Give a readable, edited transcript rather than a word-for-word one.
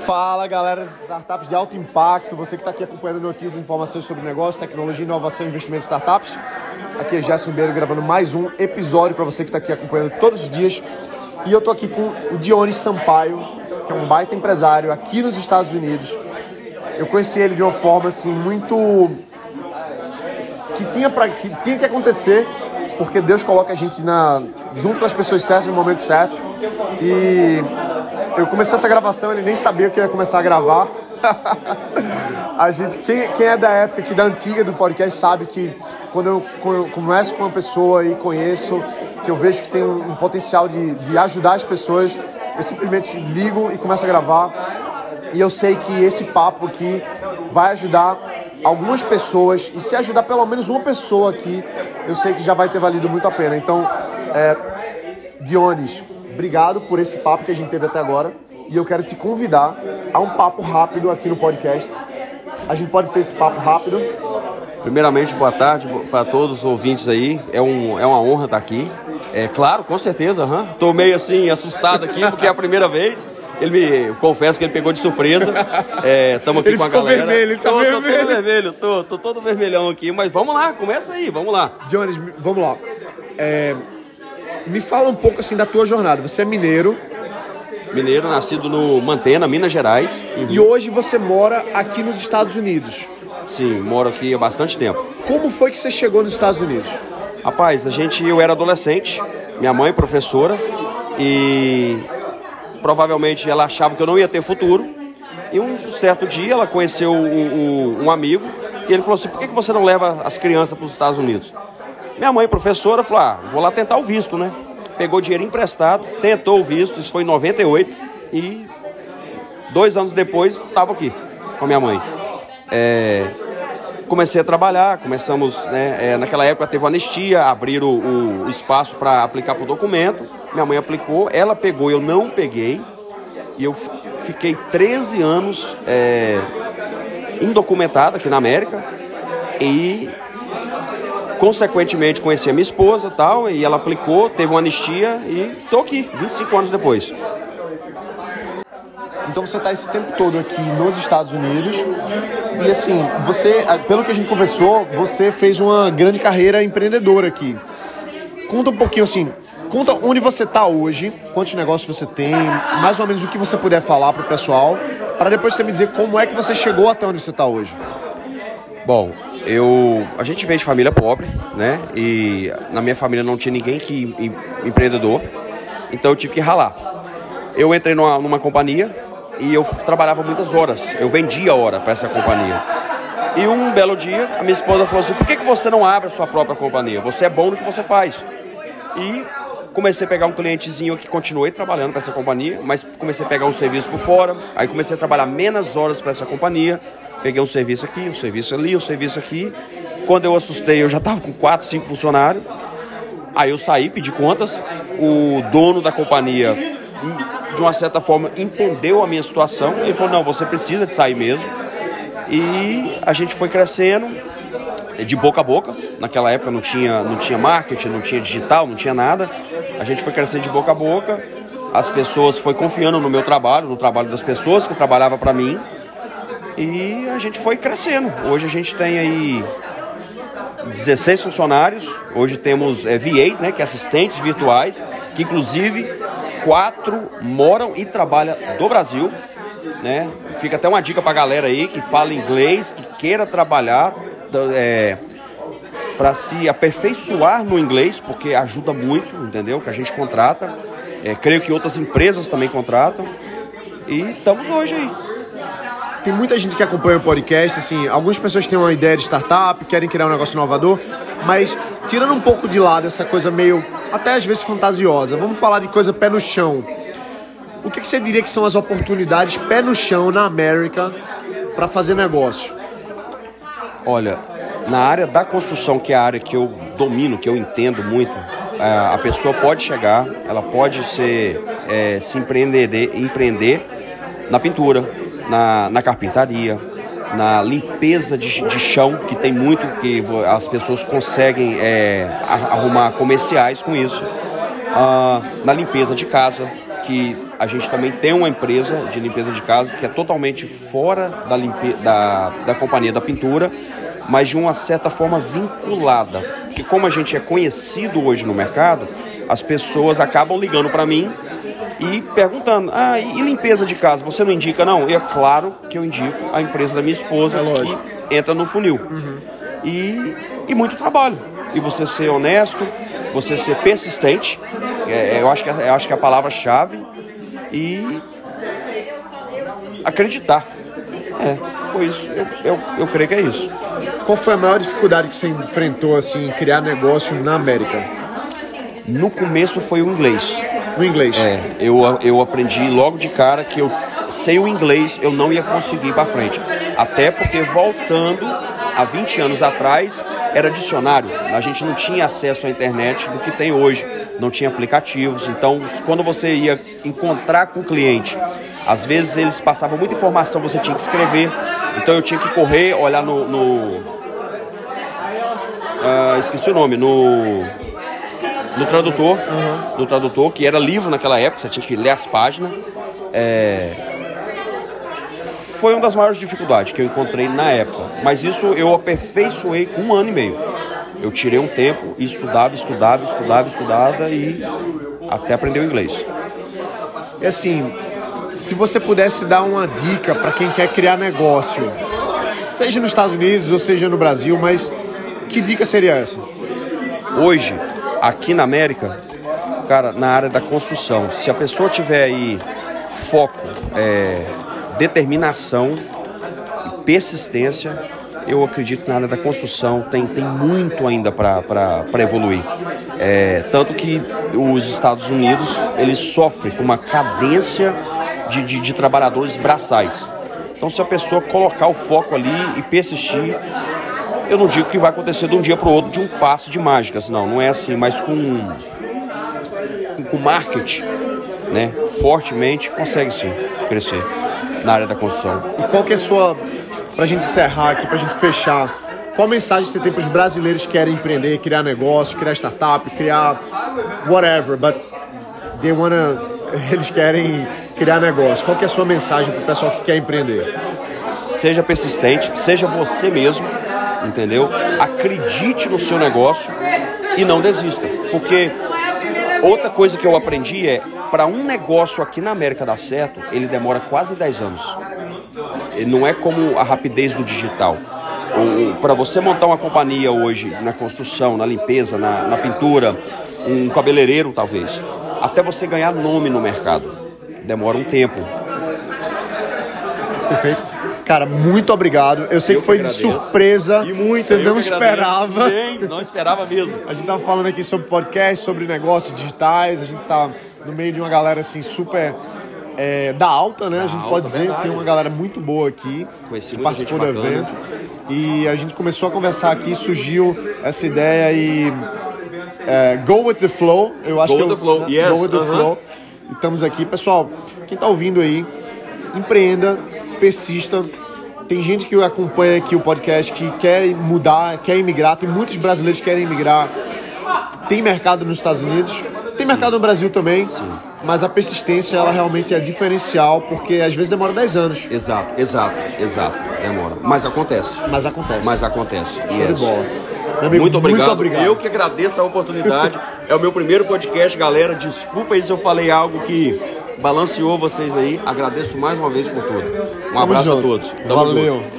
Fala galera das startups de alto impacto, você que está aqui acompanhando notícias e informações sobre negócio, tecnologia, inovação e investimento em startups. Aqui é Gerson Beiro gravando mais um episódio para você que está aqui acompanhando todos os dias. E eu tô aqui com o Dionis Sampaio, que é um baita empresário aqui nos Estados Unidos. Eu conheci ele de uma forma assim muito... que tinha que acontecer, porque Deus coloca a gente junto com as pessoas certas no momento certo. E eu comecei essa gravação, ele nem sabia que eu ia começar a gravar. Quem é da época aqui, da antiga do podcast, sabe que quando eu começo com uma pessoa e conheço, que eu vejo que tem um potencial de ajudar as pessoas, eu simplesmente ligo e começo a gravar. E eu sei que esse papo aqui vai ajudar algumas pessoas, e se ajudar pelo menos uma pessoa aqui, eu sei que já vai ter valido muito a pena. Então, Dionis, obrigado por esse papo que a gente teve até agora, e eu quero te convidar a um papo rápido aqui no podcast. A gente pode ter esse papo rápido? Primeiramente, boa tarde para todos os ouvintes aí, é uma honra estar aqui. Claro, com certeza, tô meio assim assustado aqui porque é a primeira vez. Confesso que ele pegou de surpresa. Estamos aqui ele com a galera. Vermelho, ele tá vermelho. Tô todo vermelho, tô todo vermelhão aqui, mas vamos lá, começa aí, vamos lá. Dionis, vamos lá. Me fala um pouco assim da tua jornada. Você é mineiro. Mineiro, nascido no Mantena, Minas Gerais. E hoje você mora aqui nos Estados Unidos. Sim, moro aqui há bastante tempo. Como foi que você chegou nos Estados Unidos? Rapaz, eu era adolescente, minha mãe professora, e provavelmente ela achava que eu não ia ter futuro. E um certo dia ela conheceu um amigo e ele falou assim: por que você não leva as crianças para os Estados Unidos? Minha mãe professora falou: vou lá tentar o visto, né? Pegou dinheiro emprestado, tentou o visto, isso foi em 98, e 2 anos depois estava aqui com a minha mãe. Comecei a trabalhar, naquela época teve anistia, abriram o espaço para aplicar para o documento. Minha mãe aplicou, ela pegou, eu não peguei, e eu fiquei 13 anos indocumentado aqui na América, e consequentemente conheci a minha esposa e ela aplicou, teve uma anistia e tô aqui, 25 anos depois. Então você está esse tempo todo aqui nos Estados Unidos e assim, você, pelo que a gente conversou, você fez uma grande carreira empreendedora aqui. Conta um pouquinho assim, conta onde você está hoje, quantos negócios você tem, mais ou menos o que você puder falar para o pessoal, para depois você me dizer como é que você chegou até onde você está hoje. Bom, a gente veio de família pobre, né? E na minha família não tinha ninguém empreendedor, então eu tive que ralar. Eu entrei numa companhia e eu trabalhava muitas horas, eu vendia hora para essa companhia. E um belo dia, a minha esposa falou assim: por que você não abre a sua própria companhia? Você é bom no que você faz. E comecei a pegar um clientezinho que continuei trabalhando para essa companhia, mas comecei a pegar um serviço por fora, aí comecei a trabalhar menos horas para essa companhia. Peguei um serviço aqui, um serviço ali, um serviço aqui. Quando eu assustei, eu já estava com 4, 5 funcionários. Aí eu saí, pedi contas. O dono da companhia, de uma certa forma, entendeu a minha situação. Ele falou: não, você precisa de sair mesmo. E a gente foi crescendo de boca a boca. Naquela época não tinha marketing, não tinha digital, não tinha nada. A gente foi crescendo de boca a boca. As pessoas foram confiando no meu trabalho, no trabalho das pessoas que trabalhavam para mim. E a gente foi crescendo. Hoje a gente tem aí 16 funcionários. Hoje temos VAs, né, que é assistentes virtuais, que inclusive 4 moram e trabalham do Brasil, né? Fica até uma dica pra galera aí que fala inglês, que queira trabalhar para se aperfeiçoar no inglês, porque ajuda muito, entendeu? Que a gente contrata. Creio que outras empresas também contratam. E estamos hoje aí. Tem muita gente que acompanha o podcast, assim, algumas pessoas têm uma ideia de startup, querem criar um negócio inovador, mas tirando um pouco de lado essa coisa meio, até às vezes fantasiosa, vamos falar de coisa pé no chão. O que você diria que são as oportunidades pé no chão na América para fazer negócio? Olha, na área da construção, que é a área que eu domino, que eu entendo muito, a pessoa pode chegar, ela pode se empreender na pintura, na carpintaria, na limpeza de chão, que tem muito, que as pessoas conseguem arrumar comerciais com isso, na limpeza de casa, que a gente também tem uma empresa de limpeza de casa que é totalmente fora da companhia da pintura, mas de uma certa forma vinculada. Porque como a gente é conhecido hoje no mercado, as pessoas acabam ligando para mim e perguntando, e limpeza de casa, você não indica não? E é claro que eu indico a empresa da minha esposa, que entra no funil. E muito trabalho. E você ser honesto, você ser persistente, eu acho que é a palavra-chave, e acreditar. Foi isso. Eu creio que é isso. Qual foi a maior dificuldade que você enfrentou assim, em criar negócio na América? No começo foi o inglês. O inglês? Eu aprendi logo de cara que sem o inglês eu não ia conseguir ir para frente. Até porque voltando há 20 anos atrás era dicionário. A gente não tinha acesso à internet do que tem hoje. Não tinha aplicativos. Então, quando você ia encontrar com o cliente, às vezes eles passavam muita informação, você tinha que escrever. Então eu tinha que correr, olhar esqueci o nome, no tradutor, no tradutor, que era livro naquela época, você tinha que ler as páginas. Foi uma das maiores dificuldades que eu encontrei na época, mas isso eu aperfeiçoei com 1 ano e meio. Eu tirei um tempo e estudava e até aprender o inglês. E assim, se você pudesse dar uma dica para quem quer criar negócio, seja nos Estados Unidos ou seja no Brasil, mas que dica seria essa? Hoje, aqui na América, cara, na área da construção, se a pessoa tiver aí foco, determinação e persistência, eu acredito que na área da construção tem muito ainda para evoluir. Tanto que os Estados Unidos, eles sofrem com uma cadência de trabalhadores braçais. Então, se a pessoa colocar o foco ali e persistir, eu não digo que vai acontecer de um dia para o outro de um passe de mágicas, não é assim, mas com marketing, né, fortemente, consegue sim crescer na área da construção. E qual que é a sua, pra gente encerrar aqui, pra gente fechar, qual mensagem você tem para os brasileiros que querem empreender, criar negócio, criar startup, criar whatever, but eles querem criar negócio? Qual que é a sua mensagem para o pessoal que quer empreender? Seja persistente, seja você mesmo, entendeu? Acredite no seu negócio e não desista. Porque outra coisa que eu aprendi para um negócio aqui na América dar certo, ele demora quase 10 anos. Ele não é como a rapidez do digital. Para você montar uma companhia hoje na construção, na limpeza, na pintura, um cabeleireiro talvez, até você ganhar nome no mercado, demora um tempo. Perfeito. Cara, muito obrigado. Eu sei que foi de surpresa. E muito, você não esperava. Não esperava mesmo. A gente tava falando aqui sobre podcast, sobre negócios digitais. A gente tá no meio de uma galera assim super da alta, né? A gente pode dizer que tem uma galera muito boa aqui que participou do evento. E a gente começou a conversar aqui, surgiu essa ideia e go with the flow. Eu acho go with the flow. Yes. Go with the flow. E estamos aqui, pessoal. Quem tá ouvindo aí, empreenda, persista. Tem gente que acompanha aqui o podcast que quer mudar, quer imigrar. Tem muitos brasileiros que querem imigrar. Tem mercado nos Estados Unidos, tem mercado no Brasil também. Sim. Mas a persistência, ela realmente é diferencial, porque às vezes demora 10 anos. Exato. Demora. Mas acontece. Show de bola. Amigo, muito obrigado. Eu que agradeço a oportunidade. É o meu primeiro podcast, galera. Desculpa aí se eu falei algo que balanceou vocês aí. Agradeço mais uma vez por tudo. Um abraço a todos. Valeu.